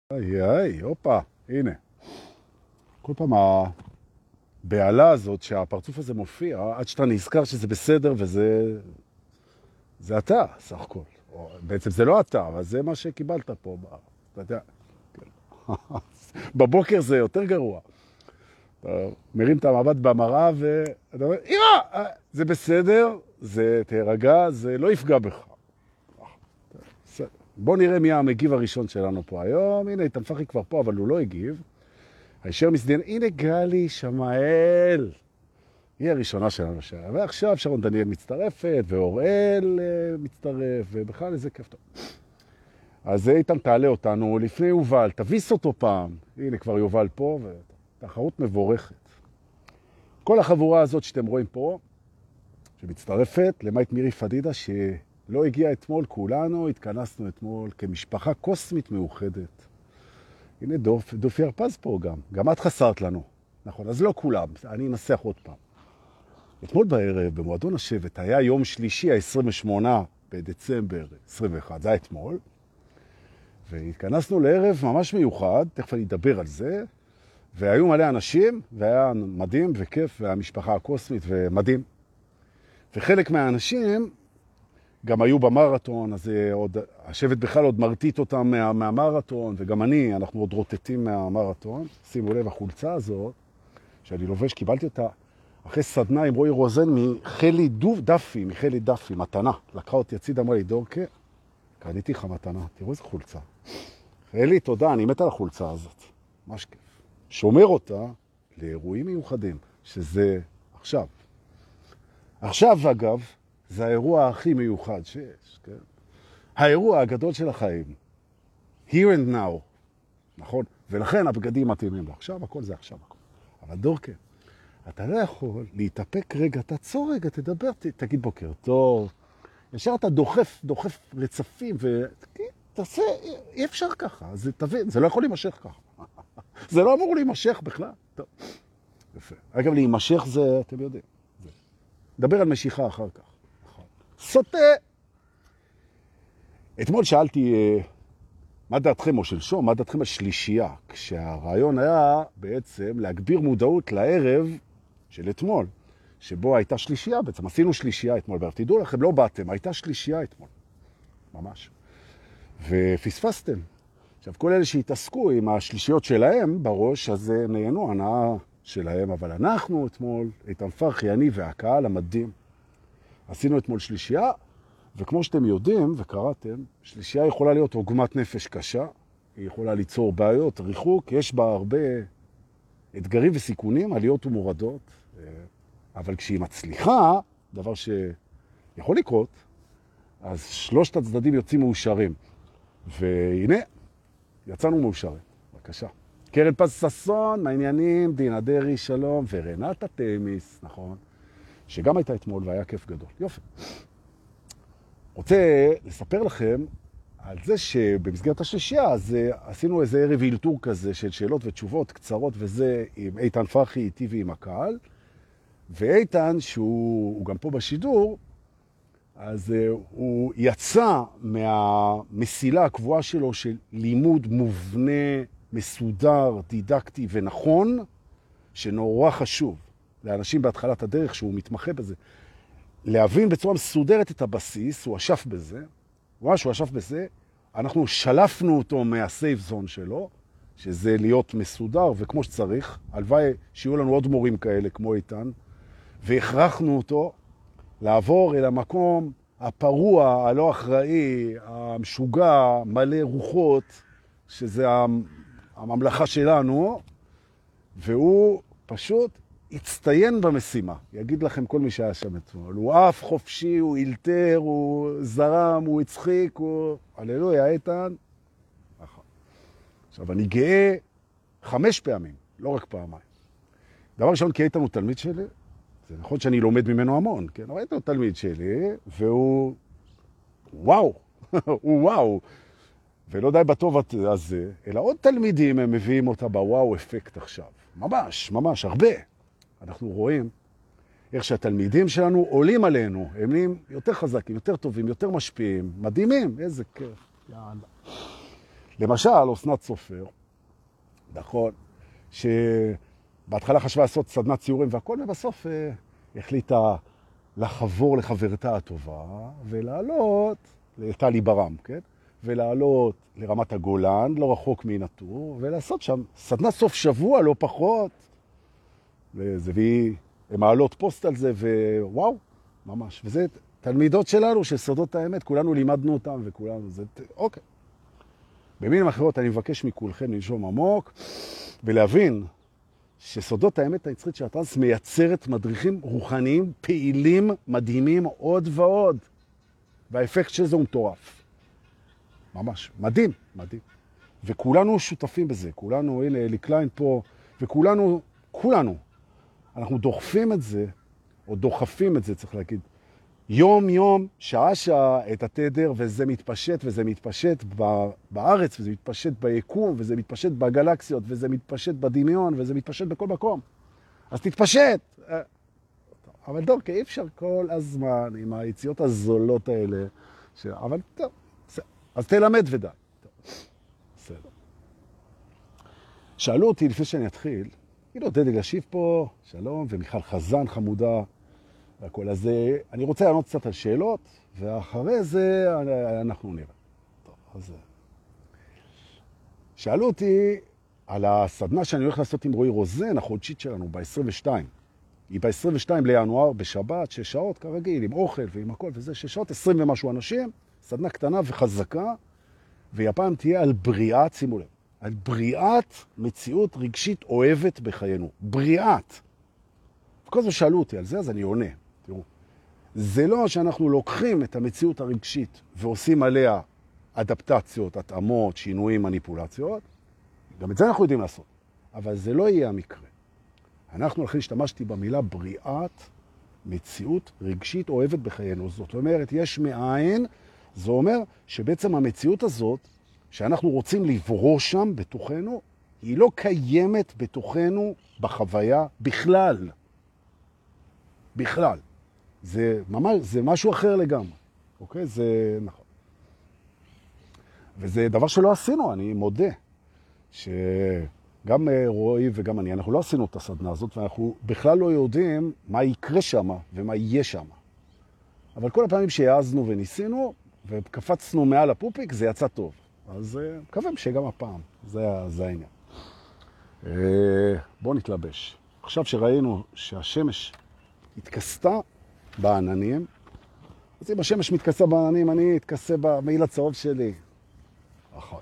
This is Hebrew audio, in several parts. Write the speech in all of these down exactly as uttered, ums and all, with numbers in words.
איי, איי, הופה, הנה. כל פעם הבעלה הזאת שהפרצוף הזה מופיע, עד שאתה נזכר שזה בסדר וזה... זה אתה, סך הכל. או, בעצם זה לא אתה, אבל זה מה שקיבלת פה. אתה יודע. בבוקר זה יותר גרוע. אתה מרים את המבט במראה ואתה אומר, אימא, זה בסדר, זה תירגע, זה לא יפגע בך. בוא נראה מי המגיב הראשון שלנו פה היום. הנה, איתן פחי כבר פה, אבל הוא לא הגיב. הישר מסדין, הנה גלי שמאל. היא הראשונה שלנו שם. ועכשיו שרון דניאל מצטרפת, ואוראל מצטרף, ובכלל איזה כיף טוב. אז איתן תעלה אותנו לפני יובל, תביס אותו פעם. הנה כבר יובל פה, ותחרות מבורכת. כל החבורה הזאת שאתם רואים פה, שמצטרפת, למעט מירי פדידה, שלא הגיעה אתמול, כולנו התכנסנו אתמול כמשפחה קוסמית מאוחדת. הנה דוף, דופי הרפז פה גם. גם את חסרת לנו. נכון, אז לא כולם. אני אנסח עוד פעם. אתמול בערב, במועדון השבט, היה יום שלישי, ה-עשרים ושמונה בדצמבר עשרים ואחת. זה היה אתמול. והתכנסנו לערב ממש מיוחד, תכף אני אדבר על זה. והיו מלא אנשים, והיה מדהים וכיף, והמשפחה הקוסמית ומדהים. וחלק מהאנשים גם היו במרתון, אז עוד, השבט בכלל עוד מרתית אותם מה, מהמרתון, וגם אני, אנחנו עוד רוטטים מהמרתון. שימו לב, החולצה הזאת, שאני לובש, קיבלתי אותה אחרי סדנה עם רועי רוזן מחלי דוב דפי, מחלי דפי, מתנה. לקחה אותי הצידה, אמרה לי, דורקה, קניתי לך מתנה, תראו איזה חולצה. חלי, תודה, אני מת על החולצה הזאת. ממש כיף. שומר אותה לאירועים מיוחדים, שזה עכשיו. עכשיו, אגב, זה האירוע הכי מיוחד שיש, כן? האירוע הגדול של החיים. Here and now. נכון? ולכן הבגדים מתאימים לה. עכשיו, הכל זה עכשיו. הכל. אבל דורקה, אתה לא יכול להתאפק רגע, תעצור רגע, תדבר, ת, תגיד בוקר טוב. ישר אתה דוחף, דוחף רצפים, ותעשה, אי אפשר ככה. זה, תבין, זה לא יכול להימשך ככה. זה לא אמור להימשך בכלל. טוב. יפה. אגב, להימשך זה, אתם יודעים. זה. נדבר על משיכה אחר כך. סוטה. אתמול שאלתי, מה דעתכם, או שלשום, מה דעתכם על שלישייה? כשהרעיון היה בעצם להגביר מודעות לערב של אתמול, שבו הייתה שלישייה, בעצם עשינו שלישייה אתמול בערב. תדעו לכם, לא באתם, הייתה שלישייה אתמול. ממש. ופספסתם. עכשיו, כל אלה שהתעסקו עם השלישיות שלהם בראש, אז נהנו הנאה שלהם, אבל אנחנו אתמול, איתן פרחי, אני והקהל המדהים, עשינו אתמול שלישייה, וכמו שאתם יודעים וקראתם, שלישייה יכולה להיות עוגמת נפש קשה, היא יכולה ליצור בעיות, ריחוק, יש בה הרבה אתגרים וסיכונים, עליות ומורדות, אבל כשהיא מצליחה, דבר שיכול לקרות, אז שלושת הצדדים יוצאים מאושרים. והנה, יצאנו מאושרים. בבקשה. קרן פז ססון, מעניינים, דינה דרי, שלום, ורנטה תמיס, נכון? שגם הייתה אתמול והיה כיף גדול. יופי. רוצה לספר לכם על זה שבמסגרת השלישייה, אז עשינו איזה ערב אילתור כזה של שאלות ותשובות קצרות, וזה עם איתן פרחי איתי ועם הקהל. ואיתן, שהוא גם פה בשידור, אז הוא יצא מהמסילה הקבועה שלו של לימוד מובנה, מסודר, דידקטי ונכון, שנורא חשוב לאנשים בהתחלת הדרך שהוא מתמחה בזה. להבין בצורה מסודרת את הבסיס, הוא אשף בזה, ממש הוא אשף בזה, אנחנו שלפנו אותו מהסייף זון שלו, שזה להיות מסודר וכמו שצריך, הלוואי שיהיו לנו עוד מורים כאלה כמו איתן, והכרחנו אותו לעבור אל המקום הפרוע, הלא אחראי, המשוגע, מלא רוחות, שזה הממלכה שלנו, והוא פשוט הצטיין במשימה. יגיד לכם כל מי שהיה שם אתמול. הוא אף חופשי, הוא אילתר, הוא זרם, הוא הצחיק, הוא... הללויה, איתן. עכשיו, אני גאה חמש פעמים, לא רק פעמיים. דבר ראשון, כי איתן הוא תלמיד שלי. זה נכון שאני לומד ממנו המון, כן? אבל איתן הוא תלמיד שלי, והוא... וואו! הוא וואו! ולא די בטוב הזה, אלא עוד תלמידים הם מביאים אותה בוואו אפקט עכשיו. ממש, ממש, הרבה. אנחנו רואים איך שהתלמידים שלנו עולים עלינו, הם נהיים יותר חזקים, יותר טובים, יותר משפיעים, מדהימים, איזה כיף. יאללה. למשל, אסנת סופר, נכון, שבהתחלה חשבה לעשות סדנת ציורים והכל, ובסוף אה, החליטה לחבור לחברתה הטובה, ולעלות לטלי ברם, כן? ולעלות לרמת הגולן, לא רחוק מנטור, ולעשות שם סדנת סוף שבוע, לא פחות. וזה, והיא, הם מעלות פוסט על זה, ווואו, ממש. וזה תלמידות שלנו, של סודות האמת, כולנו לימדנו אותם, וכולנו, זה, אוקיי. במילים אחרות, אני מבקש מכולכם לנשום עמוק, ולהבין שסודות האמת היצרית של הטרנס מייצרת מדריכים רוחניים, פעילים, מדהימים, עוד ועוד. והאפקט של זה הוא מטורף. ממש, מדהים, מדהים. וכולנו שותפים בזה, כולנו, הנה, אלי קליין פה, וכולנו, כולנו, אנחנו דוחפים את זה, או דוחפים את זה, צריך להגיד, יום יום, שעה שעה, את התדר, וזה מתפשט, וזה מתפשט בארץ, וזה מתפשט ביקום, וזה מתפשט בגלקסיות, וזה מתפשט בדמיון, וזה מתפשט בכל מקום. אז תתפשט! אבל דורקה, אי אפשר כל הזמן עם היציאות הזולות האלה, ש... אבל טוב, אז תלמד ודי. בסדר. שאלו אותי לפני שאני אתחיל, הנה דדי להשיב פה, שלום, ומיכל חזן חמודה, והכל. אז אני רוצה לענות קצת על שאלות, ואחרי זה אנחנו נראה. טוב, אז... שאלו אותי על הסדנה שאני הולך לעשות עם רועי רוזן, החודשית שלנו, ב-עשרים ושתיים. היא ב-עשרים ושתיים לינואר, בשבת, שש שעות, כרגיל, עם אוכל ועם הכל, וזה שש שעות, עשרים ומשהו אנשים, סדנה קטנה וחזקה, והיא הפעם תהיה על בריאת, שימו לב, על בריאת מציאות רגשית אוהבת בחיינו. בריאת. וכל זה שאלו אותי על זה, אז אני עונה. תראו, זה לא שאנחנו לוקחים את המציאות הרגשית ועושים עליה אדפטציות, התאמות, שינויים, מניפולציות. גם את זה אנחנו יודעים לעשות. אבל זה לא יהיה המקרה. אנחנו לכן השתמשתי במילה בריאת מציאות רגשית אוהבת בחיינו. זאת אומרת, יש מאין, זה אומר שבעצם המציאות הזאת, שאנחנו רוצים לברוא שם בתוכנו, היא לא קיימת בתוכנו בחוויה בכלל. בכלל. זה ממש, זה משהו אחר לגמרי. אוקיי? זה נכון. וזה דבר שלא עשינו, אני מודה. שגם רועי וגם אני, אנחנו לא עשינו את הסדנה הזאת, ואנחנו בכלל לא יודעים מה יקרה שם ומה יהיה שם. אבל כל הפעמים שהעזנו וניסינו, וקפצנו מעל הפופיק, זה יצא טוב. אז מקווים שגם הפעם, זה, זה העניין. בואו נתלבש. עכשיו שראינו שהשמש התכסתה בעננים, אז אם השמש מתכסה בעננים, אני אתכסה במעיל הצהוב שלי. נכון.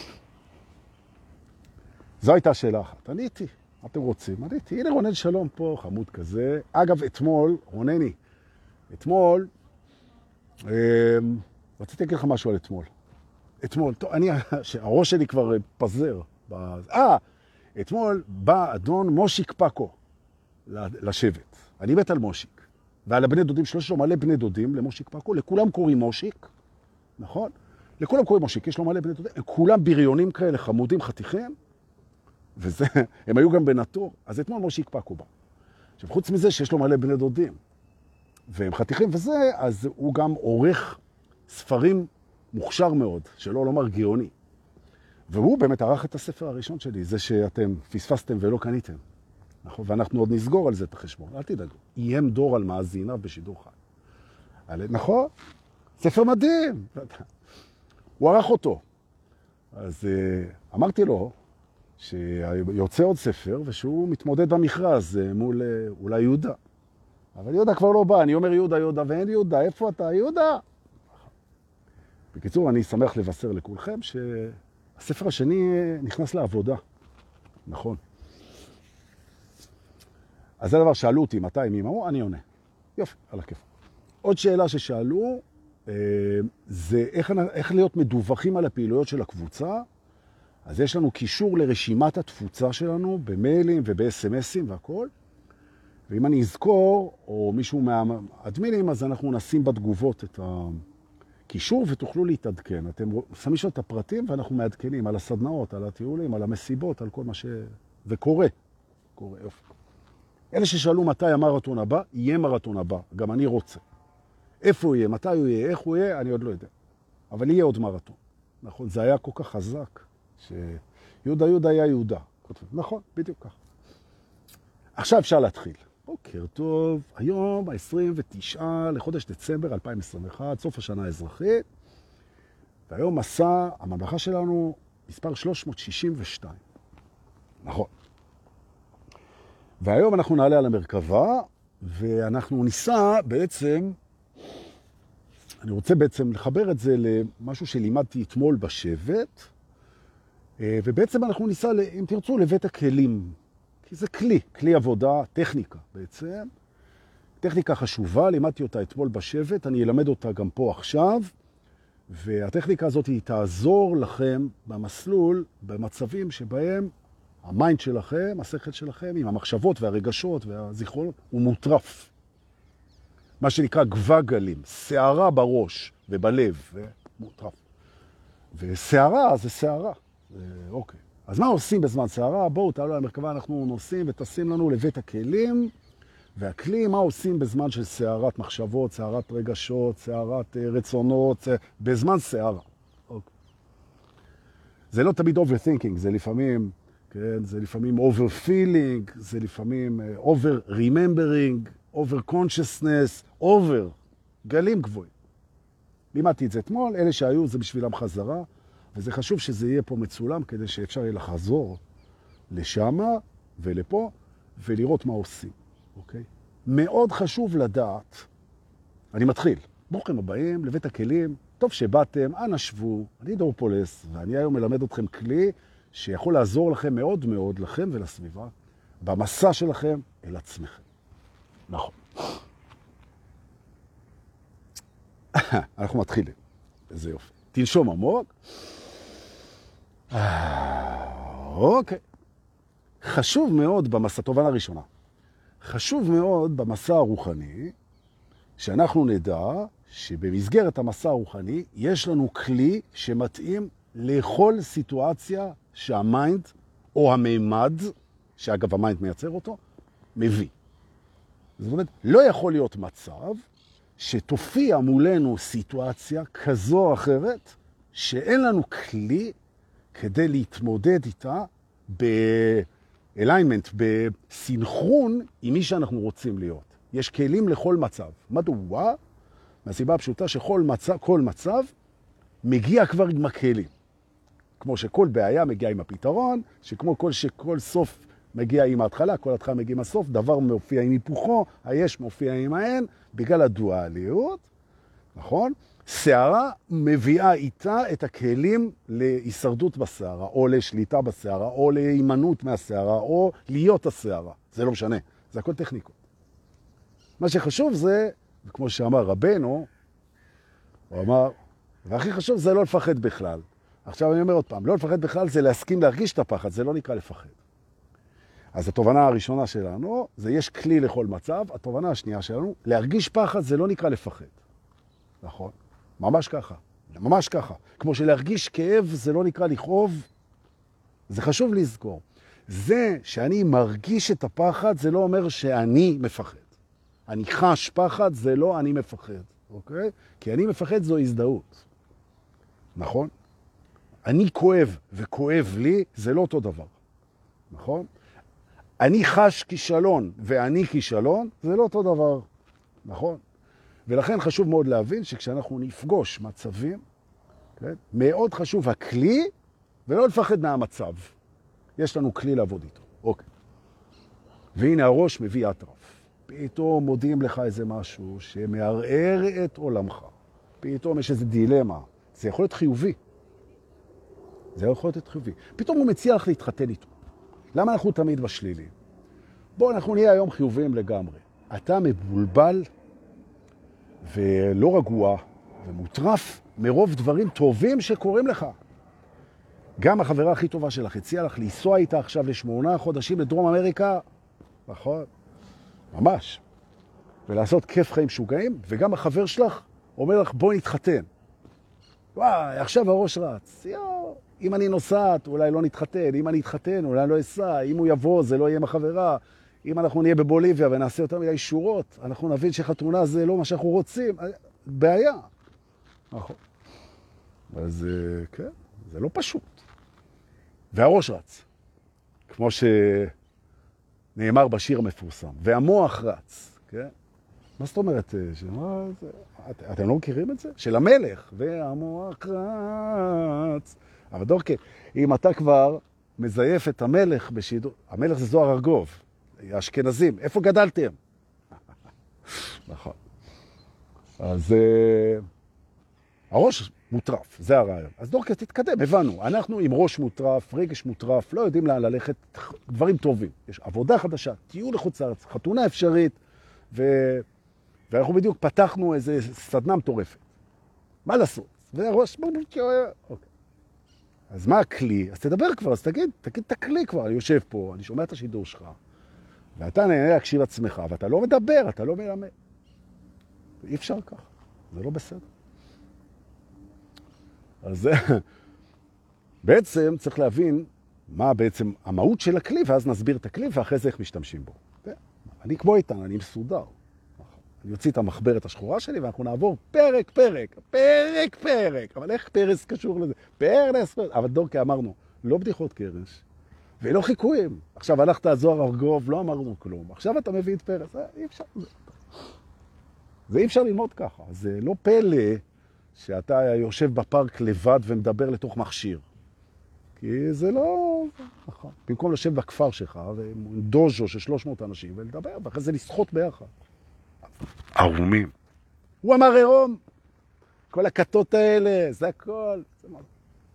זו הייתה שאלה אחת. עניתי, מה אתם רוצים? עניתי, הנה רונן שלום פה, חמוד כזה. אגב, אתמול, רונני, אתמול, אה, רציתי להגיד לך משהו על אתמול. אתמול, טוב, אני, הראש שלי כבר פזר. אה, אתמול בא אדון מושיק פאקו לשבט. אני מת על מושיק. ועל הבני דודים שלו, יש לו מלא בני דודים למושיק פאקו, לכולם קוראים מושיק, נכון? לכולם קוראים מושיק, יש לו מלא בני דודים, הם כולם בריונים כאלה, חמודים, חתיכים, וזה, הם היו גם בנטור, אז אתמול מושיק פאקו בא. עכשיו, חוץ מזה שיש לו מלא בני דודים, והם חתיכים וזה, אז הוא גם עורך ספרים מוכשר מאוד, שלא לומר גאוני. והוא באמת ערך את הספר הראשון שלי, זה שאתם פספסתם ולא קניתם. נכון? ואנחנו עוד נסגור על זה את החשבון, אל תדאגו. איים דור על מאזיניו בשידור חי. נכון? ספר מדהים. הוא ערך אותו. אז אמרתי לו שיוצא עוד ספר, ושהוא מתמודד במכרז מול אולי יהודה. אבל יהודה כבר לא בא, אני אומר יהודה, יהודה, ואין יהודה, איפה אתה, יהודה? בקיצור, אני שמח לבשר לכולכם שהספר השני נכנס לעבודה. נכון. אז זה דבר שאלו אותי מתי, מי אמרו, אני עונה. יופי, על הכיף. עוד שאלה ששאלו, זה איך, איך להיות מדווחים על הפעילויות של הקבוצה. אז יש לנו קישור לרשימת התפוצה שלנו במיילים וב-אס אם אסים והכל. ואם אני אזכור, או מישהו מהאדמינים, אז אנחנו נשים בתגובות את הקישור ותוכלו להתעדכן. אתם שמים שם את הפרטים ואנחנו מעדכנים על הסדנאות, על הטיולים, על המסיבות, על כל מה ש... וקורה. קורה, יופי. אלה ששאלו מתי המרתון הבא, יהיה מרתון הבא. גם אני רוצה. איפה הוא יהיה, מתי הוא יהיה, איך הוא יהיה, אני עוד לא יודע. אבל יהיה עוד מרתון. נכון, זה היה כל כך חזק. שיהודה יהודה היה יהודה. נכון, בדיוק ככה. עכשיו אפשר להתחיל. בוקר טוב, היום ה-עשרים ותשעה לחודש דצמבר אלפיים עשרים ואחת, סוף השנה האזרחית, והיום מסע הממלכה שלנו מספר שלוש מאות שישים ושתיים. נכון. והיום אנחנו נעלה על המרכבה, ואנחנו ניסע בעצם, אני רוצה בעצם לחבר את זה למשהו שלימדתי אתמול בשבט, ובעצם אנחנו ניסע, אם תרצו, לבית הכלים. כי זה כלי, כלי עבודה, טכניקה בעצם. טכניקה חשובה, לימדתי אותה אתמול בשבט, אני אלמד אותה גם פה עכשיו, והטכניקה הזאת היא תעזור לכם במסלול, במצבים שבהם המיינד שלכם, השכל שלכם, עם המחשבות והרגשות והזיכרונות, הוא מוטרף. מה שנקרא גבה גלים, שערה בראש ובלב, ומוטרף. ושערה זה שערה. אוקיי. אז מה עושים בזמן שערה? בואו תעלו על המרכבה, אנחנו נוסעים וטסים לנו לבית הכלים, והכלי, מה עושים בזמן של שערת מחשבות, שערת רגשות, שערת רצונות, בזמן שערה. אוקיי. זה לא תמיד overthinking, זה לפעמים, כן, זה לפעמים overfeeling, זה לפעמים over remembering, over consciousness, over, גלים גבוהים. לימדתי את זה אתמול, אלה שהיו זה בשבילם חזרה, וזה חשוב שזה יהיה פה מצולם כדי שאפשר יהיה לחזור לשם ולפה ולראות מה עושים, אוקיי? מאוד חשוב לדעת, אני מתחיל, ברוכים הבאים לבית הכלים, טוב שבאתם, אנא שבו, אני דורפולס, ואני היום מלמד אתכם כלי שיכול לעזור לכם מאוד מאוד, לכם ולסביבה, במסע שלכם אל עצמכם. נכון. אנחנו מתחילים, איזה יופי. תנשום עמוק. אוקיי. חשוב מאוד במסע, תובנה ראשונה, חשוב מאוד במסע הרוחני, שאנחנו נדע שבמסגרת המסע הרוחני יש לנו כלי שמתאים לכל סיטואציה שהמיינד או המימד, שאגב המיינד מייצר אותו, מביא. זאת אומרת, לא יכול להיות מצב שתופיע מולנו סיטואציה כזו או אחרת, שאין לנו כלי כדי להתמודד איתה באליינמנט, בסינכרון עם מי שאנחנו רוצים להיות. יש כלים לכל מצב. מדוע? מהסיבה הפשוטה שכל מצב, כל מצב מגיע כבר עם הכלים. כמו שכל בעיה מגיע עם הפתרון, שכמו כל שכל סוף מגיע עם ההתחלה, כל התחלה מגיע עם הסוף, דבר מופיע עם היפוכו, היש מופיע עם האין, בגלל הדואליות, נכון? שערה מביאה איתה את הכלים להישרדות בשערה, או לשליטה בשערה, או להימנעות מהשערה, או להיות השערה. זה לא משנה, זה הכל טכניקות. מה שחשוב זה, וכמו שאמר רבנו, הוא אמר, והכי חשוב זה לא לפחד בכלל. עכשיו אני אומר עוד פעם, לא לפחד בכלל זה להסכים להרגיש את הפחד, זה לא נקרא לפחד. אז התובנה הראשונה שלנו, זה יש כלי לכל מצב. התובנה השנייה שלנו, להרגיש פחד זה לא נקרא לפחד. נכון? ממש ככה. ממש ככה. כמו שלהרגיש כאב זה לא נקרא לכאוב, זה חשוב לזכור. זה שאני מרגיש את הפחד, זה לא אומר שאני מפחד. אני חש פחד, זה לא אני מפחד. אוקיי? כי אני מפחד זו הזדהות. נכון? אני כואב וכואב לי, זה לא אותו דבר. נכון? אני חש כישלון ואני כישלון, זה לא אותו דבר, נכון? ולכן חשוב מאוד להבין שכשאנחנו נפגוש מצבים, כן, מאוד חשוב הכלי, ולא לפחד מהמצב. יש לנו כלי לעבוד איתו, אוקיי. והנה הראש מביא אטרף. פתאום מודיעים לך איזה משהו שמערער את עולמך. פתאום יש איזה דילמה. זה יכול להיות חיובי. זה יכול להיות חיובי. פתאום הוא מציע לך להתחתן איתו. למה אנחנו תמיד בשלילים? בואו, אנחנו נהיה היום חיוביים לגמרי. אתה מבולבל ולא רגוע ומוטרף מרוב דברים טובים שקורים לך. גם החברה הכי טובה שלך הציעה לך לנסוע איתה עכשיו לשמונה חודשים לדרום אמריקה, נכון? ממש. ולעשות כיף חיים שוגעים, וגם החבר שלך אומר לך בואי נתחתן. וואי, עכשיו הראש רץ. יו, אם אני נוסעת, אולי לא נתחתן. אם אני אתחתן, אולי לא אסע. אם הוא יבוא, זה לא יהיה מחברה. אם אנחנו נהיה בבוליביה ונעשה יותר מדי שורות, אנחנו נבין שחתונה זה לא מה שאנחנו רוצים. בעיה. נכון. אז כן, זה לא פשוט. והראש רץ, כמו שנאמר בשיר המפורסם, והמוח רץ, כן? מה זאת אומרת? שמה, את, אתם לא מכירים את זה? של המלך, והמוח רץ. אבל דורקה, אם אתה כבר מזייף את המלך בשידור, המלך זה זוהר ארגוב, האשכנזים, איפה גדלתם? נכון. אז uh, הראש מוטרף, זה הרעיון. אז דורקה תתקדם, הבנו. אנחנו עם ראש מוטרף, רגש מוטרף, לא יודעים לאן ללכת, דברים טובים. יש עבודה חדשה, טיול לחוץ לארץ, חתונה אפשרית, ו... ואנחנו בדיוק פתחנו איזה סדנה מטורפת. מה לעשות? והראש... אוקיי. אז מה הכלי? אז תדבר כבר, אז תגיד, תגיד את הכלי כבר. אני יושב פה, אני שומע את השידור שלך, ואתה נהנה להקשיב עצמך, ואתה לא מדבר, אתה לא מלמד. אי אפשר ככה, זה לא בסדר. אז בעצם צריך להבין מה בעצם המהות של הכלי, ואז נסביר את הכלי, ואחרי זה איך משתמשים בו. אני כמו איתן, אני מסודר. אני יוציא את המחברת השחורה שלי, ואנחנו נעבור פרק, פרק, פרק, פרק. אבל איך פרס קשור לזה? פרס, פרס. אבל דורקה אמרנו, לא בדיחות קרש, ולא חיקויים. עכשיו הלכת הזוהר ארגוב, לא אמרנו כלום. עכשיו אתה מביא את פרס. אי אפשר. זה, זה אי אפשר ללמוד ככה. זה לא פלא שאתה יושב בפארק לבד ומדבר לתוך מכשיר. כי זה לא... נכון. במקום לשבת בכפר שלך, דוז'ו של שלוש מאות אנשים, ולדבר, ואחרי זה לשחות ביחד. ערומים. הוא אמר עירום. כל הכתות האלה, זה הכל. זה מה...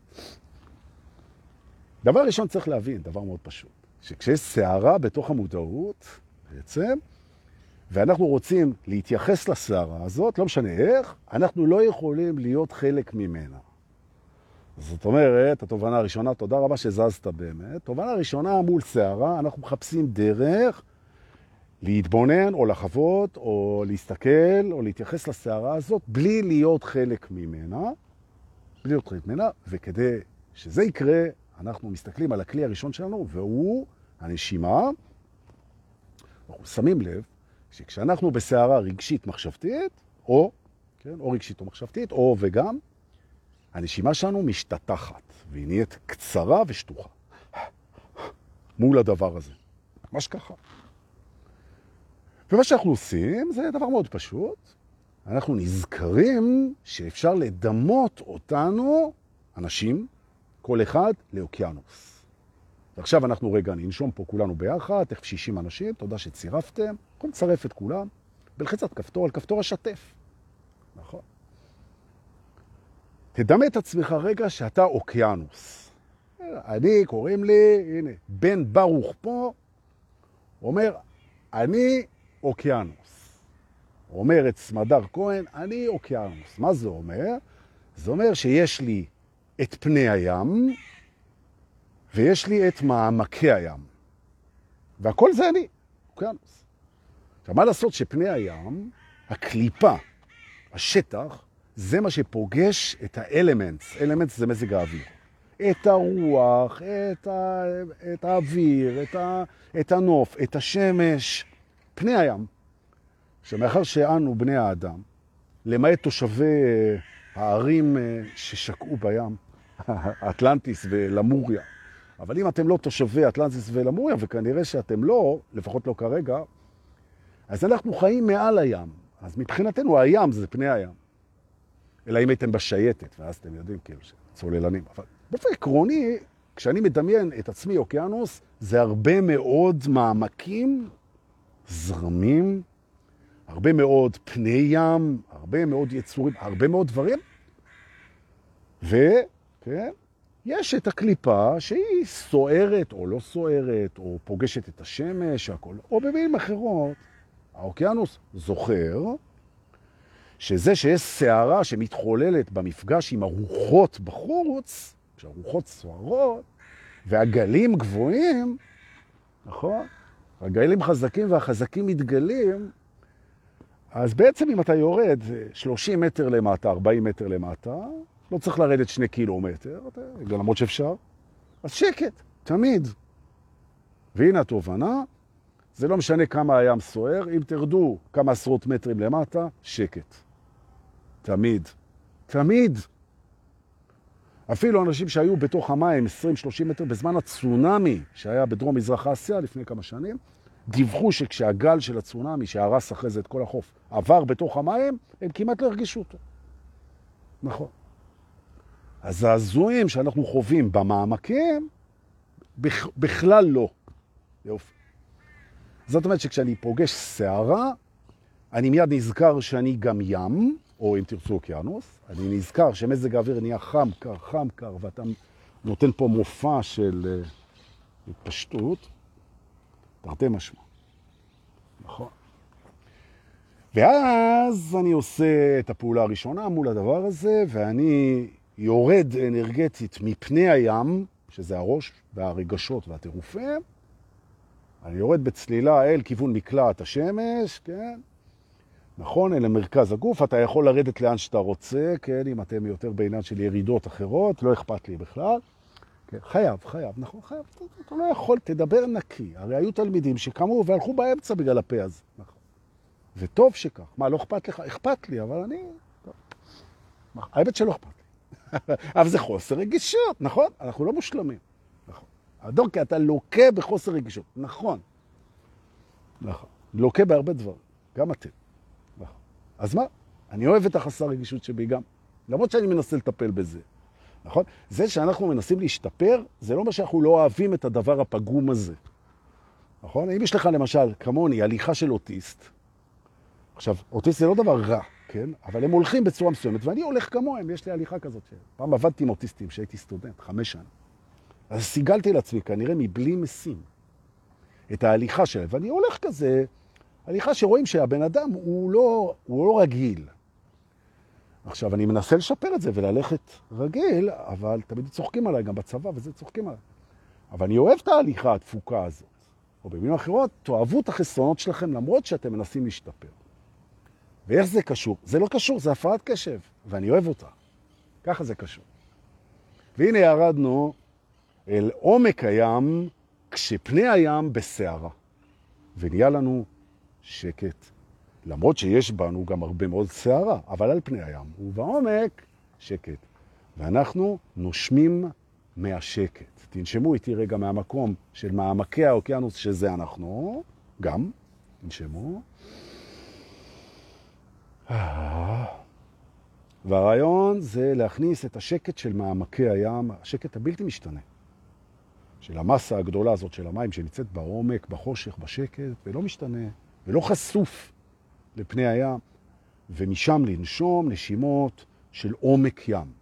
דבר ראשון צריך להבין, דבר מאוד פשוט, שכשיש שערה בתוך המודעות, בעצם, ואנחנו רוצים להתייחס לשערה הזאת, לא משנה איך, אנחנו לא יכולים להיות חלק ממנה. זאת אומרת, התובנה הראשונה, תודה רבה שזזת באמת, תובנה הראשונה מול שערה, אנחנו מחפשים דרך להתבונן או לחוות או להסתכל או להתייחס לשערה הזאת, בלי להיות חלק ממנה, בלי להיות חלק ממנה, וכדי שזה יקרה, אנחנו מסתכלים על הכלי הראשון שלנו, והוא הנשימה. אנחנו שמים לב שכשאנחנו בשערה רגשית מחשבתית, או, כן, או רגשית או מחשבתית, או וגם, הנשימה שלנו משתתחת, והיא נהיית קצרה ושטוחה. מול הדבר הזה. ממש ככה. ומה שאנחנו עושים זה דבר מאוד פשוט. אנחנו נזכרים שאפשר לדמות אותנו, אנשים, כל אחד לאוקיינוס. ועכשיו אנחנו רגע ננשום פה כולנו ביחד, תכף שישים אנשים, תודה שצירפתם, אנחנו נצרף את כולם, בלחיצת כפתור על כפתור השתף. נכון. תדמה את עצמך רגע שאתה אוקיינוס. אני, קוראים לי, הנה, בן ברוך פה, אומר, אני אוקיינוס. אומר את סמדר כהן, אני אוקיינוס. מה זה אומר? זה אומר שיש לי את פני הים, ויש לי את מעמקי הים. והכל זה אני, אוקיינוס. עכשיו, מה לעשות שפני הים, הקליפה, השטח, זה מה שפוגש את האלמנטס. אלמנטס זה מזג האוויר. את הרוח, את, ה... את האוויר, את, ה... את הנוף, את השמש. פני הים, שמאחר שאנו בני האדם, למעט תושבי הערים ששקעו בים, אטלנטיס ולמוריה, אבל אם אתם לא תושבי אטלנטיס ולמוריה, וכנראה שאתם לא, לפחות לא כרגע, אז אנחנו חיים מעל הים. אז מבחינתנו הים זה פני הים. אלא אם הייתם בשייטת, ואז אתם יודעים כאילו שצוללנים. אבל באופן עקרוני, כשאני מדמיין את עצמי אוקיינוס, זה הרבה מאוד מעמקים, זרמים, הרבה מאוד פני ים, הרבה מאוד יצורים, הרבה מאוד דברים. וכן, יש את הקליפה שהיא סוערת או לא סוערת, או פוגשת את השמש, הכל, או במילים אחרות. האוקיינוס זוכר שזה שיש שערה שמתחוללת במפגש עם הרוחות בחוץ, כשהרוחות סוערות, והגלים גבוהים, נכון? הגלים חזקים והחזקים מתגלים, אז בעצם אם אתה יורד שלושים מטר למטה, ארבעים מטר למטה, לא צריך לרדת שני קילומטר, למרות שאפשר, אז שקט, תמיד. והנה התובנה, זה לא משנה כמה הים סוער, אם תרדו כמה עשרות מטרים למטה, שקט. תמיד. תמיד. אפילו אנשים שהיו בתוך המים עשרים שלושים מטר בזמן הצונמי שהיה בדרום מזרח אסיה לפני כמה שנים, דיווחו שכשהגל של הצונמי שהרס אחרי זה את כל החוף עבר בתוך המים, הם כמעט לא הרגישו אותו. נכון. אז הזעזועים שאנחנו חווים במעמקים, בכלל לא. יופי. זאת אומרת שכשאני פוגש שערה, אני מיד נזכר שאני גם ים, או אם תרצו אוקיינוס, אני נזכר שמזג האוויר נהיה חם קר, חם קר, ואתה נותן פה מופע של uh, התפשטות, תרתי משמע. נכון. ואז אני עושה את הפעולה הראשונה מול הדבר הזה, ואני יורד אנרגטית מפני הים, שזה הראש והרגשות והטירופים, אני יורד בצלילה אל כיוון מקלעת השמש, כן? נכון, אל מרכז הגוף, אתה יכול לרדת לאן שאתה רוצה, כן? אם אתם יותר בעניין של ירידות אחרות, לא אכפת לי בכלל. כן? חייב, חייב, נכון, חייב. אתה, אתה לא יכול, תדבר נקי. הרי היו תלמידים שקמו והלכו באמצע בגלל הפה הזה. נכון. וטוב שכך. מה, לא אכפת לך? אכפת לי, אבל אני... האמת שלא אכפת לי. אבל זה חוסר רגישות, נכון? אנחנו לא מושלמים. נכון. הדורקי, אתה לוקה בחוסר רגישות. נכון. נכון. לוקה בהרבה דברים. גם אתם. נכון. אז מה? אני אוהב את החסר רגישות שבי גם. למרות שאני מנסה לטפל בזה. נכון? זה שאנחנו מנסים להשתפר, זה לא מה שאנחנו לא אוהבים את הדבר הפגום הזה. נכון? אם יש לך למשל, כמוני, הליכה של אוטיסט, עכשיו, אוטיסט זה לא דבר רע, כן? אבל הם הולכים בצורה מסוימת, ואני הולך כמוהם, יש לי הליכה כזאת. פעם עבדתי עם אוטיסטים, שהייתי סטודנט, חמש שנים. אז סיגלתי לעצמי, כנראה מבלי משים, את ההליכה שלהם, ואני הולך כזה, הליכה שרואים שהבן אדם הוא לא, הוא לא רגיל. עכשיו, אני מנסה לשפר את זה וללכת רגיל, אבל תמיד צוחקים עליי, גם בצבא, וזה צוחקים עליי. אבל אני אוהב את ההליכה התפוקה הזאת. או במילים אחרות, תאהבו את החסרונות שלכם, למרות שאתם מנסים להשתפר. ואיך זה קשור? זה לא קשור, זה הפרעת קשב, ואני אוהב אותה. ככה זה קשור. והנה ירדנו אל עומק הים, כשפני הים בסערה. ונהיה לנו שקט. למרות שיש בנו גם הרבה מאוד שערה, אבל על פני הים. ובעומק, שקט. ואנחנו נושמים מהשקט. תנשמו איתי רגע מהמקום של מעמקי האוקיינוס, שזה אנחנו, גם, תנשמו. והרעיון זה להכניס את השקט של מעמקי הים, השקט הבלתי משתנה, של המסה הגדולה הזאת של המים שנמצאת בעומק, בחושך, בשקט, ולא משתנה, ולא חשוף לפני הים, ומשם לנשום נשימות של עומק ים.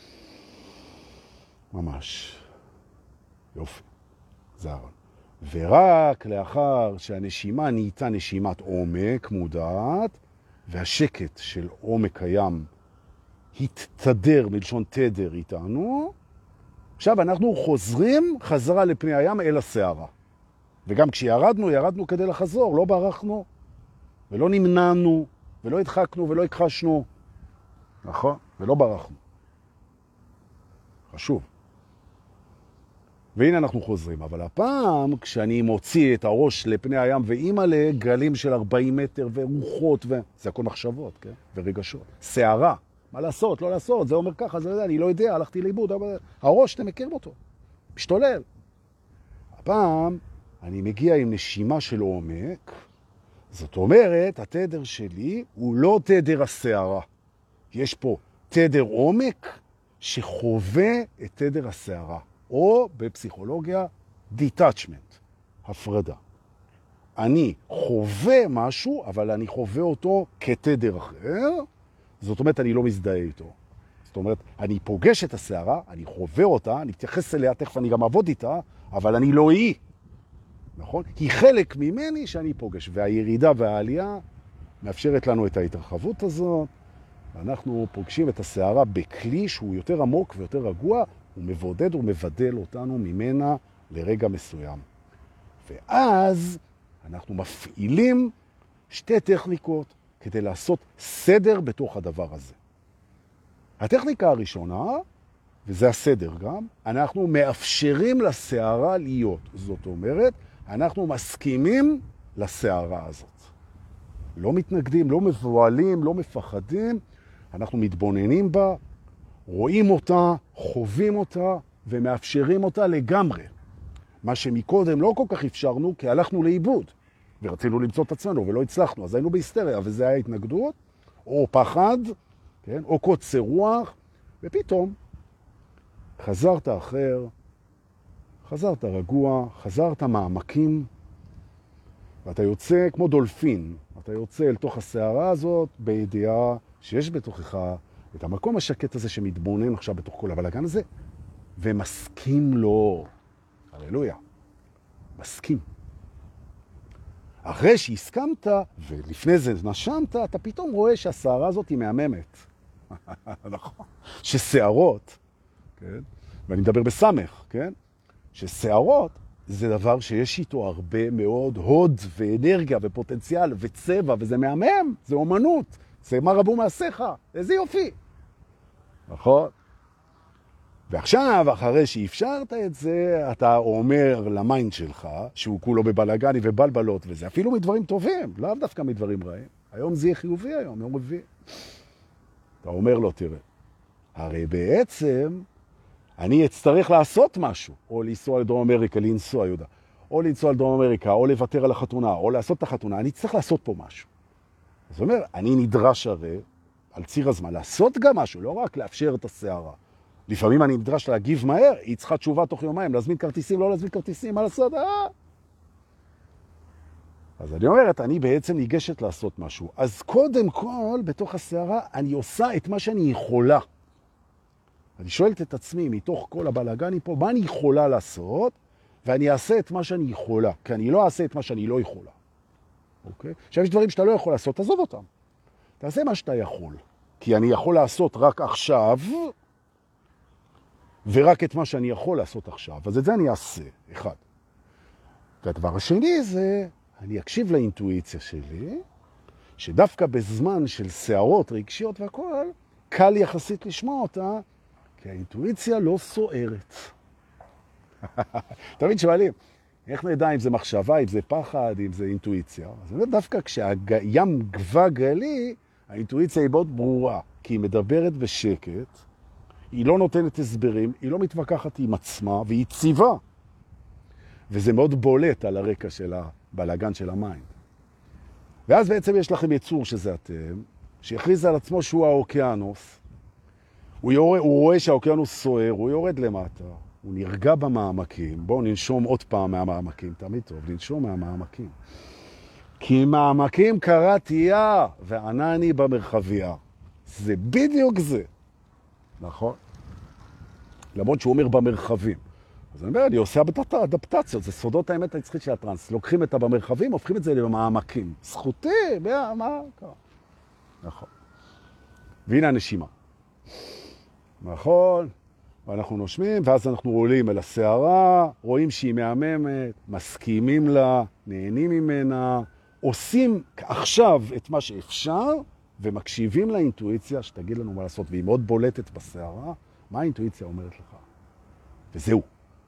ממש. יופי. זה הרעיון. ורק לאחר שהנשימה נהייתה נשימת עומק מודעת, והשקט של עומק הים התתדר, מלשון תדר איתנו, עכשיו אנחנו חוזרים חזרה לפני הים אל הסערה. וגם כשירדנו, ירדנו כדי לחזור, לא ברחנו, ולא נמנענו, ולא הדחקנו, ולא הכחשנו. נכון? ולא ברחנו. חשוב. והנה אנחנו חוזרים. אבל הפעם, כשאני מוציא את הראש לפני הים, ואימא לגלים של ארבעים מטר, ורוחות, ו... זה הכל מחשבות, כן? ורגשות. שערה. מה לעשות? לא לעשות. זה אומר ככה, זה לא יודע, אני לא יודע, הלכתי לאיבוד. אבל... הראש, אתם מכירים אותו. משתולל. הפעם, אני מגיע עם נשימה של עומק. זאת אומרת, התדר שלי הוא לא תדר השערה. יש פה תדר עומק שחווה את תדר השערה. או בפסיכולוגיה, detachment, הפרדה. אני חווה משהו, אבל אני חווה אותו כתדר אחר, זאת אומרת, אני לא מזדהה איתו. זאת אומרת, אני פוגש את השערה, אני חווה אותה, אני מתייחס אליה, תכף אני גם אעבוד איתה, אבל אני לא היא. נכון? היא חלק ממני שאני פוגש, והירידה והעלייה מאפשרת לנו את ההתרחבות הזאת, ואנחנו פוגשים את השערה בכלי שהוא יותר עמוק ויותר רגוע, הוא מבודד ומבדל אותנו ממנה לרגע מסוים. ואז אנחנו מפעילים שתי טכניקות כדי לעשות סדר בתוך הדבר הזה. הטכניקה הראשונה, וזה הסדר גם, אנחנו מאפשרים לשערה להיות. זאת אומרת, אנחנו מסכימים לשערה הזאת. לא מתנגדים, לא מבועלים, לא מפחדים, אנחנו מתבוננים בה, רואים אותה, חווים אותה ומאפשרים אותה לגמרי. מה שמקודם לא כל כך אפשרנו, כי הלכנו לאיבוד, ורצינו למצוא את עצמנו ולא הצלחנו, אז היינו בהיסטריה, וזה היה התנגדות, או פחד, כן? או קוצר רוח, ופתאום חזרת אחר, חזרת רגוע, חזרת מעמקים, ואתה יוצא כמו דולפין, אתה יוצא אל תוך הסערה הזאת בידיעה שיש בתוכך את המקום השקט הזה שמתבונן עכשיו בתוך כל הבלגן הזה, ומסכים לו. הללויה. מסכים. אחרי שהסכמת, ולפני זה נשמת, אתה פתאום רואה שהסערה הזאת היא מהממת. נכון. שסערות, כן? ואני מדבר בסמך, כן? שסערות זה דבר שיש איתו הרבה מאוד הוד ואנרגיה ופוטנציאל וצבע, וזה מהמם, זה אומנות, זה מה רבו מעשיך, איזה יופי. נכון? ועכשיו, אחרי שאפשרת את זה, אתה אומר למיינד שלך, שהוא כולו בבלגני ובלבלות וזה, אפילו מדברים טובים, לאו דווקא מדברים רעים. היום זה יהיה חיובי היום, יום רביעי. אתה אומר לו, תראה, הרי בעצם אני אצטרך לעשות משהו, או לנסוע לדרום אמריקה, לנסוע, יהודה, או לנסוע לדרום אמריקה, או לוותר על החתונה, או לעשות את החתונה, אני צריך לעשות פה משהו. זאת אומרת, אני נדרש הרי, על ציר הזמן, לעשות גם משהו, לא רק לאפשר את הסערה. לפעמים אני נדרש להגיב מהר, היא צריכה תשובה תוך יומיים, להזמין כרטיסים, לא להזמין כרטיסים, מה לעשות? אה? אז אני אומרת, אני בעצם ניגשת לעשות משהו. אז קודם כל, בתוך הסערה, אני עושה את מה שאני יכולה. אני שואלת את עצמי, מתוך כל הבלגני פה, מה אני יכולה לעשות, ואני אעשה את מה שאני יכולה, כי אני לא אעשה את מה שאני לא יכולה. אוקיי? עכשיו, יש דברים שאתה לא יכול לעשות, תעזוב אותם. תעשה מה שאתה יכול. כי אני יכול לעשות רק עכשיו, ורק את מה שאני יכול לעשות עכשיו. אז את זה אני אעשה, אחד. והדבר השני זה, אני אקשיב לאינטואיציה שלי, שדווקא בזמן של שערות רגשיות והכל, קל יחסית לשמוע אותה, כי האינטואיציה לא סוערת. תמיד שואלים, איך נדע אם זה מחשבה, אם זה פחד, אם זה אינטואיציה? אז באמת דווקא כשהים גבה גלי, האינטואיציה היא מאוד ברורה, כי היא מדברת בשקט, היא לא נותנת הסברים, היא לא מתווכחת עם עצמה, והיא ציבה. וזה מאוד בולט על הרקע של הבלגן של המים. ואז בעצם יש לכם יצור שזה אתם, שיכריז על עצמו שהוא האוקיינוס, הוא, יור... הוא רואה שהאוקיינוס סוער, הוא יורד למטה, הוא נרגע במעמקים, בואו ננשום עוד פעם מהמעמקים, תמיד טוב, ננשום מהמעמקים. כי מעמקים קראתייה וענני במרחביה. זה בדיוק זה. נכון? למרות שהוא אומר במרחבים. אז אני אומר, אני עושה אדפטציות, זה סודות האמת הנצחית של הטרנס. לוקחים את במרחבים, הופכים את זה למעמקים. זכותי, מה, מה קרה? נכון. והנה הנשימה. נכון? ואנחנו נושמים, ואז אנחנו עולים אל הסערה, רואים שהיא מהממת, מסכימים לה, נהנים ממנה, עושים עכשיו את מה שאפשר, ומקשיבים לאינטואיציה שתגיד לנו מה לעשות, והיא מאוד בולטת בסערה, מה האינטואיציה אומרת לך? וזהו.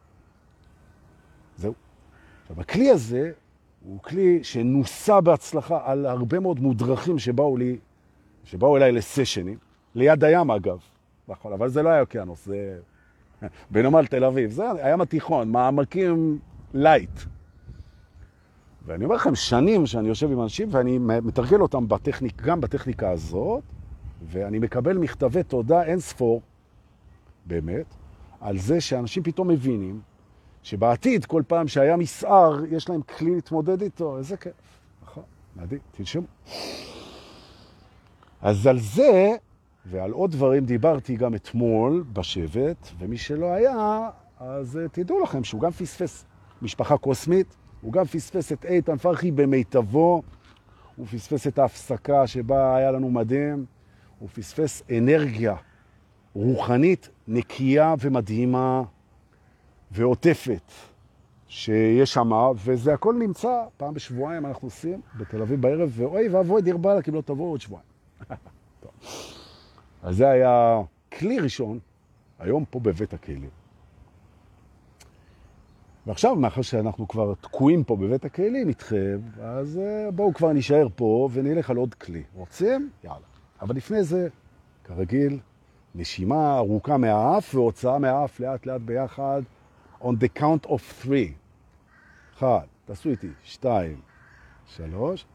זהו. עכשיו, הכלי הזה הוא כלי שנוסה בהצלחה על הרבה מאוד מודרכים שבאו לי, שבאו אליי לסשנים, ליד הים אגב, נכון, אבל זה לא היה אוקיינוס, זה בנמל תל אביב, זה הים התיכון, מעמקים לייט. ואני אומר לכם, שנים שאני יושב עם אנשים, ואני מתרגל אותם בטכניק, גם בטכניקה הזאת, ואני מקבל מכתבי תודה אין ספור, באמת, על זה שאנשים פתאום מבינים, שבעתיד, כל פעם שהיה מסער, יש להם כלי להתמודד איתו, איזה כיף. נכון, מדהים, תנשמו. אז על זה, ועל עוד דברים דיברתי גם אתמול בשבט, ומי שלא היה, אז תדעו לכם שהוא גם פספס משפחה קוסמית, הוא גם פספס את איתן פרחי במיטבו, הוא פספס את ההפסקה שבה היה לנו מדהים, הוא פספס אנרגיה רוחנית נקייה ומדהימה ועוטפת שיש שם, וזה הכל נמצא, פעם בשבועיים אנחנו עושים בתל אביב בערב, ואוי ואבוי דיר בעלה, כי לא תבואו עוד שבועיים. אז זה היה כלי ראשון, היום פה בבית הכלים. ועכשיו, מאחר שאנחנו כבר תקועים פה בבית הכלים איתכם, אז בואו כבר נשאר פה ונלך על עוד כלי. רוצים? יאללה. אבל לפני זה, כרגיל, נשימה ארוכה מהאף והוצאה מהאף לאט לאט ביחד. On the count of three. אחד, תעשו איתי. שתיים, שלוש.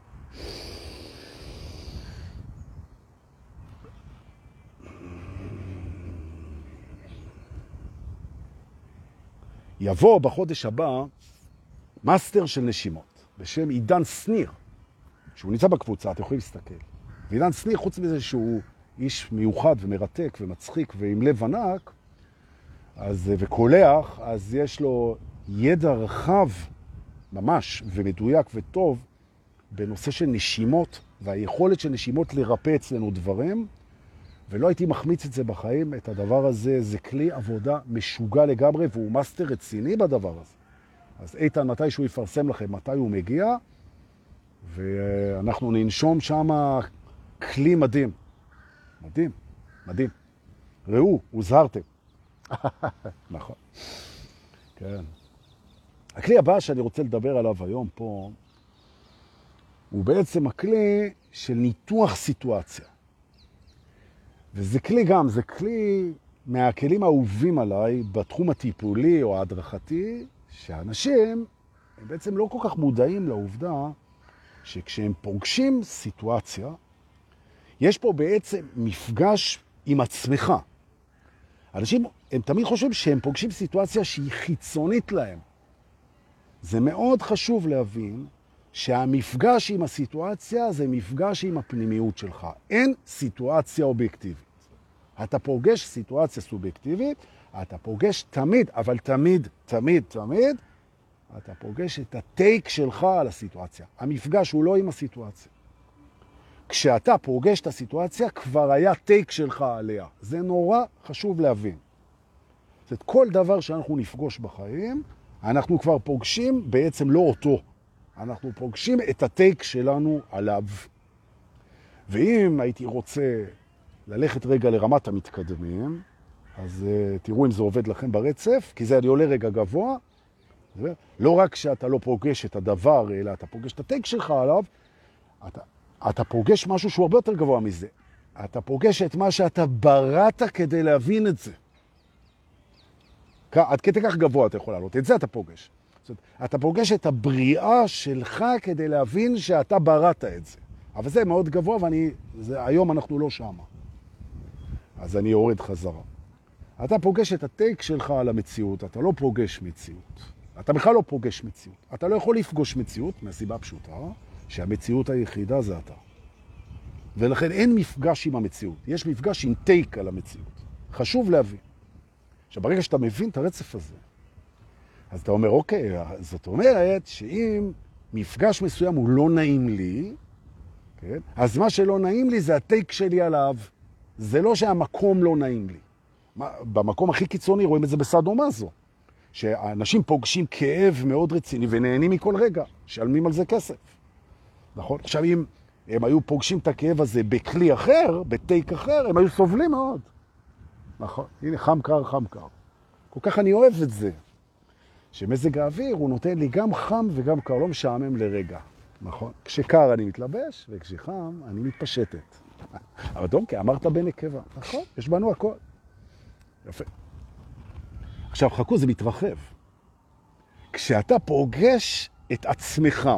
יבוא בחודש הבא מאסטר של נשימות, בשם עידן שניר, שהוא נמצא בקבוצה, אתם יכולים להסתכל. ועידן שניר, חוץ מזה שהוא איש מיוחד ומרתק ומצחיק ועם לב ענק, אז, וקולח, אז יש לו ידע רחב ממש ומדויק וטוב בנושא של נשימות, והיכולת של נשימות לרפא אצלנו דברים, ולא הייתי מחמיץ את זה בחיים, את הדבר הזה, זה כלי עבודה משוגע לגמרי, והוא מאסטר רציני בדבר הזה. אז איתן, מתי שהוא יפרסם לכם, מתי הוא מגיע, ואנחנו ננשום שם כלי מדהים. מדהים, מדהים. ראו, הוזהרתם. נכון. כן. הכלי הבא שאני רוצה לדבר עליו היום פה, הוא בעצם הכלי של ניתוח סיטואציה. וזה כלי גם, זה כלי מהכלים האהובים עליי בתחום הטיפולי או ההדרכתי, שאנשים הם בעצם לא כל כך מודעים לעובדה שכשהם פוגשים סיטואציה, יש פה בעצם מפגש עם עצמך. אנשים, הם תמיד חושבים שהם פוגשים סיטואציה שהיא חיצונית להם. זה מאוד חשוב להבין שהמפגש עם הסיטואציה זה מפגש עם הפנימיות שלך. אין סיטואציה אובייקטיבית. אתה פוגש סיטואציה סובייקטיבית, אתה פוגש תמיד, אבל תמיד, תמיד, תמיד, אתה פוגש את הטייק שלך על הסיטואציה. המפגש הוא לא עם הסיטואציה. כשאתה פוגש את הסיטואציה, כבר היה טייק שלך עליה. זה נורא חשוב להבין. זאת כל דבר שאנחנו נפגוש בחיים, אנחנו כבר פוגשים בעצם לא אותו. אנחנו פוגשים את הטייק שלנו עליו. ואם הייתי רוצה ללכת רגע לרמת המתקדמים, אז uh, תראו אם זה עובד לכם ברצף, כי זה אני עולה רגע גבוה. לא רק שאתה לא פוגש את הדבר, אלא אתה פוגש את הטייק שלך עליו, אתה, אתה פוגש משהו שהוא הרבה יותר גבוה מזה. אתה פוגש את מה שאתה בראת כדי להבין את זה. עד כדי כך גבוה אתה יכול לעלות. את זה אתה פוגש. זאת אומרת, אתה פוגש את הבריאה שלך כדי להבין שאתה בראת את זה. אבל זה מאוד גבוה, ואני, זה, היום אנחנו לא שם. אז אני יורד חזרה. אתה פוגש את הטייק שלך על המציאות, אתה לא פוגש מציאות. אתה בכלל לא פוגש מציאות. אתה לא יכול לפגוש מציאות, מהסיבה פשוטה, שהמציאות היחידה זה אתה. ולכן אין מפגש עם המציאות. יש מפגש עם טייק על המציאות. חשוב להבין. עכשיו, ברגע שאתה מבין את הרצף הזה, אז אתה אומר, אוקיי, זאת אומרת שאם מפגש מסוים הוא לא נעים לי, כן? אז מה שלא נעים לי זה הטייק שלי עליו. זה לא שהמקום לא נעים לי. במקום הכי קיצוני רואים את זה בסדומזו, שאנשים פוגשים כאב מאוד רציני ונהנים מכל רגע, שלמים על זה כסף. נכון? עכשיו, אם הם היו פוגשים את הכאב הזה בכלי אחר, בטייק אחר, הם היו סובלים מאוד. נכון? הנה, חם קר, חם קר. כל כך אני אוהב את זה. שמזג האוויר הוא נותן לי גם חם וגם קר, לא משעמם לרגע. נכון? כשקר אני מתלבש, וכשחם אני מתפשטת. אבל דומקי, אמרת בנקבה. נכון? יש בנו הכל. יפה. עכשיו, חכו, זה מתרחב. כשאתה פוגש את עצמך,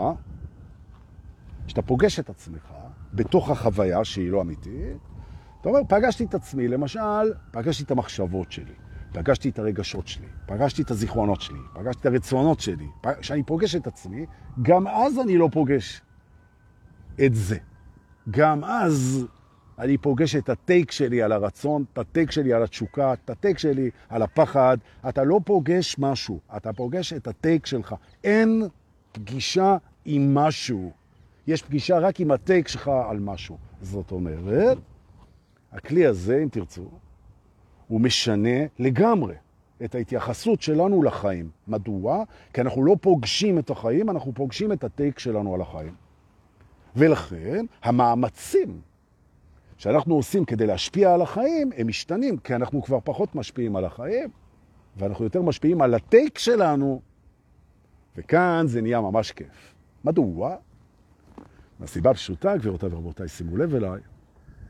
כשאתה פוגש את עצמך בתוך החוויה שהיא לא אמיתית, אתה אומר, פגשתי את עצמי, למשל, פגשתי את המחשבות שלי, פגשתי את הרגשות שלי, פגשתי את הזיכרונות שלי, פגשתי את הרצונות שלי. כשאני פוגש את עצמי, גם אז אני לא פוגש את זה. גם אז אני פוגש את הטייק שלי על הרצון, את הטייק שלי על התשוקה, את הטייק שלי על הפחד. אתה לא פוגש משהו, אתה פוגש את הטייק שלך. אין פגישה עם משהו. יש פגישה רק עם הטייק שלך על משהו. זאת אומרת, הכלי הזה, אם תרצו, הוא משנה לגמרי את ההתייחסות שלנו לחיים. מדוע? כי אנחנו לא פוגשים את החיים, אנחנו פוגשים את הטייק שלנו על החיים. ולכן, המאמצים שאנחנו עושים כדי להשפיע על החיים, הם משתנים, כי אנחנו כבר פחות משפיעים על החיים, ואנחנו יותר משפיעים על הטייק שלנו, וכאן זה נהיה ממש כיף. מדוע? מהסיבה פשוטה, גבירותיי ורבותיי, שימו לב אליי,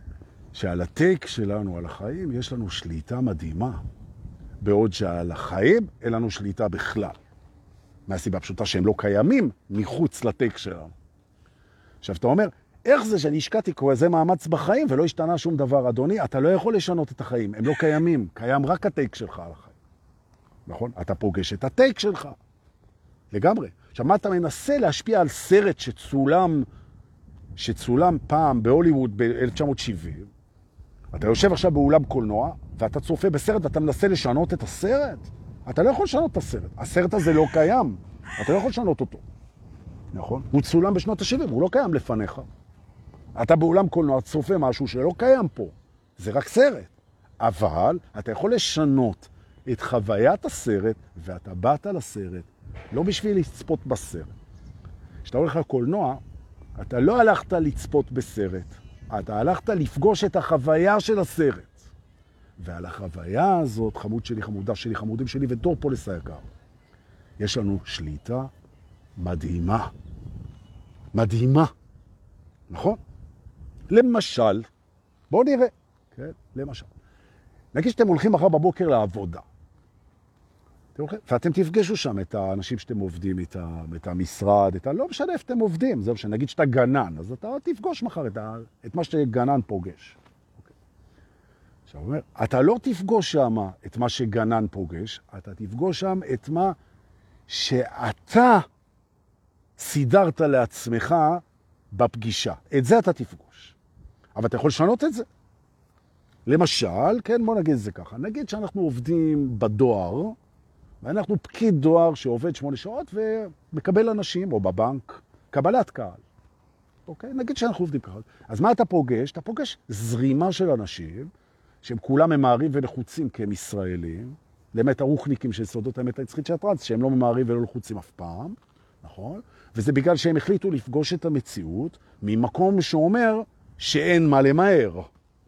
שעל הטייק שלנו על החיים יש לנו שליטה מדהימה, בעוד שעל החיים אין לנו שליטה בכלל. מהסיבה הפשוטה שהם לא קיימים מחוץ לטייק שלנו. עכשיו, אתה אומר, איך זה שאני השקעתי כזה מאמץ בחיים ולא השתנה שום דבר, אדוני? אתה לא יכול לשנות את החיים, הם לא קיימים. קיים רק הטייק שלך על החיים. נכון? אתה פוגש את הטייק שלך. לגמרי. עכשיו, מה אתה מנסה להשפיע על סרט שצולם, שצולם פעם בהוליווד ב-אלף תשע מאות שבעים? אתה יושב עכשיו באולם קולנוע, ואתה צופה בסרט ואתה מנסה לשנות את הסרט? אתה לא יכול לשנות את הסרט. הסרט הזה לא קיים. אתה לא יכול לשנות אותו. נכון? הוא צולם בשנות ה-שבעים, הוא לא קיים לפניך. אתה באולם קולנוע צופה משהו שלא קיים פה. זה רק סרט. אבל אתה יכול לשנות את חוויית הסרט, ואתה באת לסרט, לא בשביל לצפות בסרט. כשאתה הולך לקולנוע, אתה לא הלכת לצפות בסרט, אתה הלכת לפגוש את החוויה של הסרט. ועל החוויה הזאת, חמוד שלי, חמודה שלי, חמודים שלי ודור פולס היקר, יש לנו שליטה מדהימה. מדהימה. נכון? למשל, בואו נראה. כן? למשל. נגיד שאתם הולכים מחר בבוקר לעבודה. אתם הולכים, ואתם תפגשו שם את האנשים שאתם עובדים איתם, את המשרד, את ה... לא משנה איפה אתם עובדים. זה משנה. נגיד שאתה גנן, אז אתה תפגוש מחר את, ה... את מה שגנן פוגש. אוקיי. עכשיו, אומר, אתה לא תפגוש שם את מה שגנן פוגש, אתה תפגוש שם את מה שאתה סידרת לעצמך בפגישה. את זה אתה תפגוש. אבל אתה יכול לשנות את זה. למשל, כן, בוא נגיד את זה ככה. נגיד שאנחנו עובדים בדואר, ואנחנו פקיד דואר שעובד שמונה שעות ומקבל אנשים, או בבנק, קבלת קהל. אוקיי? נגיד שאנחנו עובדים ככה. אז מה אתה פוגש? אתה פוגש זרימה של אנשים, שהם כולם ממהרים ולחוצים כי הם ישראלים, למעט הרוחניקים של סודות האמת הנצחית של הטרנס, שהם לא ממהרים ולא לחוצים אף פעם, נכון? וזה בגלל שהם החליטו לפגוש את המציאות ממקום שאומר שאין מה למהר.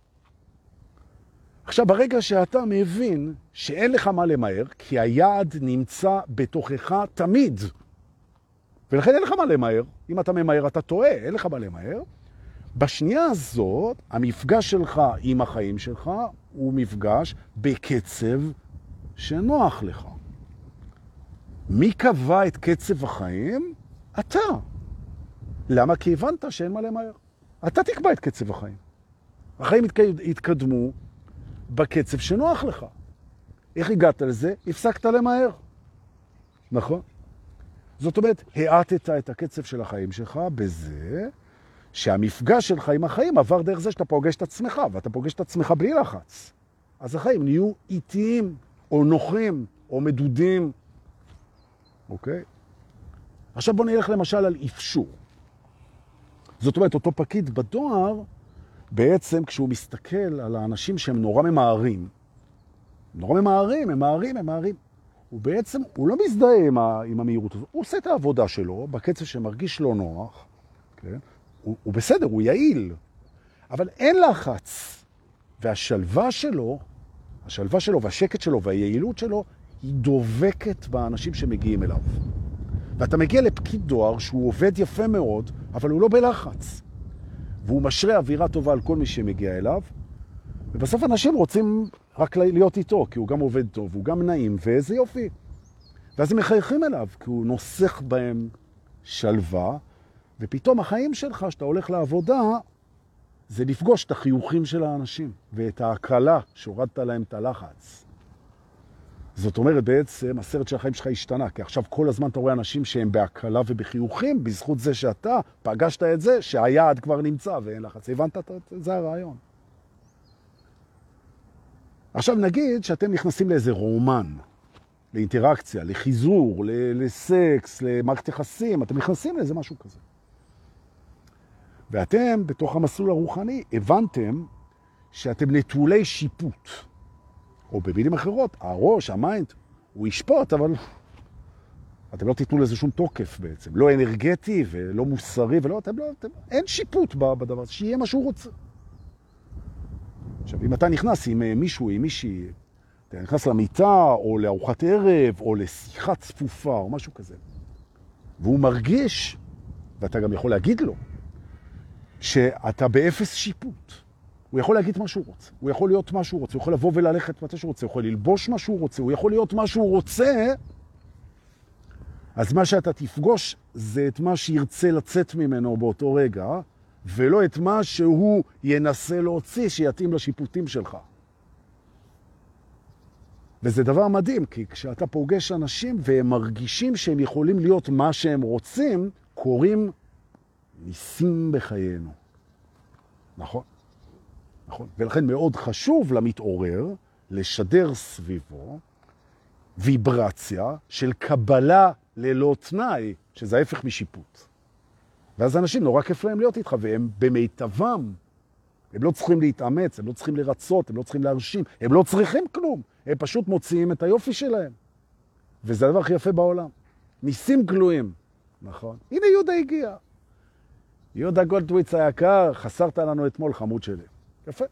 עכשיו, ברגע שאתה מבין שאין לך מה למהר, כי היעד נמצא בתוכך תמיד, ולכן אין לך מה למהר. אם אתה ממהר, אתה טועה, אין לך מה למהר. בשנייה הזאת, המפגש שלך עם החיים שלך הוא מפגש בקצב שנוח לך. מי קבע את קצב החיים? אתה. למה? כי הבנת שאין מה למהר. אתה תקבע את קצב החיים. החיים יתקדמו בקצב שנוח לך. איך הגעת לזה? הפסקת למהר. נכון? זאת אומרת, העטת את הקצב של החיים שלך בזה שהמפגש שלך עם החיים עבר דרך זה שאתה פוגש את עצמך, ואתה פוגש את עצמך בלי לחץ. אז החיים נהיו איטיים, או נוחים, או מדודים. אוקיי? עכשיו בוא נלך למשל על אפשור. זאת אומרת, אותו פקיד בדואר, בעצם כשהוא מסתכל על האנשים שהם נורא ממהרים, נורא ממהרים, הם ממהרים, הם ממהרים, הוא בעצם, הוא לא מזדהה עם, ה, עם המהירות הזאת, הוא עושה את העבודה שלו בקצב שמרגיש לא נוח, כן? הוא, הוא בסדר, הוא יעיל, אבל אין לחץ, והשלווה שלו, השלווה שלו והשקט שלו והיעילות שלו, היא דובקת באנשים שמגיעים אליו. ואתה מגיע לפקיד דואר שהוא עובד יפה מאוד, אבל הוא לא בלחץ. והוא משרה אווירה טובה על כל מי שמגיע אליו, ובסוף אנשים רוצים רק להיות איתו, כי הוא גם עובד טוב, הוא גם נעים, ואיזה יופי. ואז הם מחייכים אליו, כי הוא נוסח בהם שלווה, ופתאום החיים שלך, שאתה הולך לעבודה, זה לפגוש את החיוכים של האנשים, ואת ההקלה שהורדת להם את הלחץ. זאת אומרת, בעצם, הסרט של החיים שלך השתנה, כי עכשיו כל הזמן אתה רואה אנשים שהם בהקלה ובחיוכים, בזכות זה שאתה פגשת את זה, שהיעד כבר נמצא ואין לחץ. הבנת את זה? זה הרעיון. עכשיו נגיד שאתם נכנסים לאיזה רומן, לאינטראקציה, לחיזור, לסקס, למערכת יחסים, אתם נכנסים לאיזה משהו כזה. ואתם, בתוך המסלול הרוחני, הבנתם שאתם נטולי שיפוט. או במילים אחרות, הראש, המיינד, הוא ישפוט, אבל אתם לא תיתנו לזה שום תוקף בעצם. לא אנרגטי ולא מוסרי, ולא, אתם לא, אתם, אין שיפוט בדבר הזה, שיהיה מה שהוא רוצה. עכשיו, אם אתה נכנס עם מישהו, עם מישהי, אתה נכנס למיטה, או לארוחת ערב, או לשיחה צפופה, או משהו כזה, והוא מרגיש, ואתה גם יכול להגיד לו, שאתה באפס שיפוט. הוא יכול להגיד מה שהוא רוצה, הוא יכול להיות מה שהוא רוצה, הוא יכול לבוא וללכת מתי שהוא רוצה, הוא יכול ללבוש מה שהוא רוצה, הוא יכול להיות מה שהוא רוצה. אז מה שאתה תפגוש זה את מה שירצה לצאת ממנו באותו רגע, ולא את מה שהוא ינסה להוציא שיתאים לשיפוטים שלך. וזה דבר מדהים, כי כשאתה פוגש אנשים והם מרגישים שהם יכולים להיות מה שהם רוצים, קוראים ניסים בחיינו. נכון? נכון. ולכן מאוד חשוב למתעורר לשדר סביבו ויברציה של קבלה ללא תנאי, שזה ההפך משיפוט. ואז אנשים נורא כיף להם להיות איתך, והם במיטבם. הם לא צריכים להתאמץ, הם לא צריכים לרצות, הם לא צריכים להרשים, הם לא צריכים כלום. הם פשוט מוציאים את היופי שלהם. וזה הדבר הכי יפה בעולם. ניסים גלויים. נכון. הנה יהודה הגיע. יהודה גולדוויץ היקר, חסרת לנו אתמול חמוד שלי. יפה.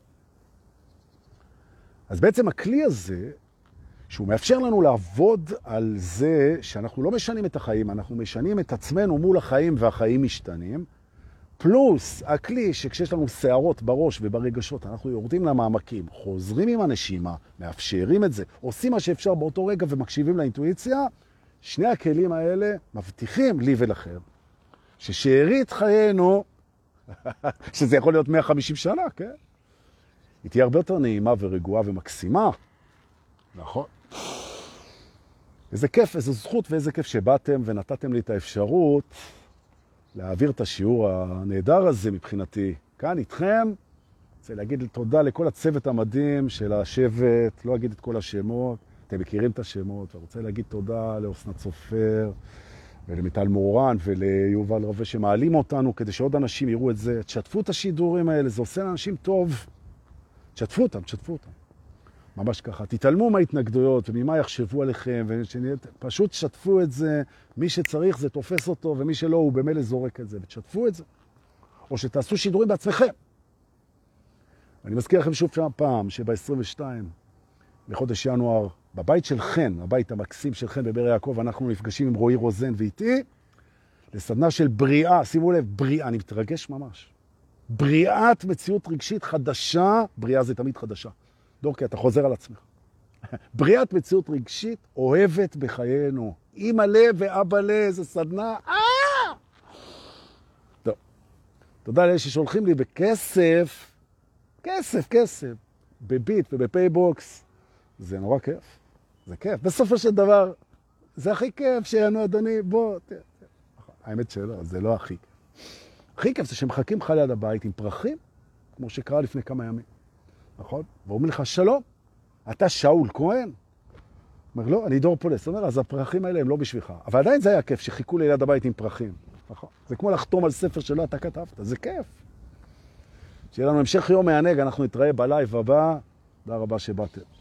אז בעצם הכלי הזה, שהוא מאפשר לנו לעבוד על זה שאנחנו לא משנים את החיים, אנחנו משנים את עצמנו מול החיים והחיים משתנים, פלוס הכלי שכשיש לנו שערות בראש וברגשות, אנחנו יורדים למעמקים, חוזרים עם הנשימה, מאפשרים את זה, עושים מה שאפשר באותו רגע ומקשיבים לאינטואיציה, שני הכלים האלה מבטיחים לי ולכם, ששארית חיינו, שזה יכול להיות מאה וחמישים שנה, כן? היא תהיה הרבה יותר נעימה ורגועה ומקסימה. נכון. איזה כיף, איזו זכות ואיזה כיף שבאתם ונתתם לי את האפשרות להעביר את השיעור הנהדר הזה מבחינתי. כאן איתכם, רוצה להגיד תודה לכל הצוות המדהים של השבט, לא אגיד את כל השמות, אתם מכירים את השמות, ורוצה להגיד תודה לאוסנת סופר, ולמיטל מורן וליובל רווה שמעלים אותנו כדי שעוד אנשים יראו את זה. תשתפו את השידורים האלה, זה עושה לאנשים טוב. תשתפו אותם, תשתפו אותם. ממש ככה. תתעלמו מההתנגדויות וממה יחשבו עליכם, פשוט תשתפו את זה. מי שצריך זה תופס אותו, ומי שלא הוא במילא זורק את זה. ותשתפו את זה. או שתעשו שידורים בעצמכם. אני מזכיר לכם שוב שם פעם, שב-עשרים ושניים לחודש ינואר, בבית של חן, הבית המקסים של חן בבאר יעקב, אנחנו נפגשים עם רועי רוזן ואיתי, לסדנה של בריאה, שימו לב, בריאה, אני מתרגש ממש. בריאת מציאות רגשית חדשה, בריאה זה תמיד חדשה. דורקי, אתה חוזר על עצמך. בריאת מציאות רגשית אוהבת בחיינו. אמא לב ואבא לב, זה סדנה. אה! טוב. תודה לאלה ששולחים לי בכסף, כסף, כסף, בביט ובפייבוקס. זה נורא כיף. זה כיף. בסופו של דבר, זה הכי כיף שיענו, אדוני, בוא. ת, ת. האמת שלא, זה לא הכי כיף. הכי כיף זה שמחכים לך ליד הבית עם פרחים, כמו שקרה לפני כמה ימים. נכון? ואומרים לך, שלום, אתה שאול כהן? אומר, לא, אני דור פולס. אומר, אז הפרחים האלה הם לא בשבילך. אבל עדיין זה היה כיף שחיכו לי ליד הבית עם פרחים. נכון? זה כמו לחתום על ספר שלא אתה כתבת. זה כיף. שיהיה לנו המשך יום מענג, אנחנו נתראה בלייב הבא. תודה רבה שבאתם.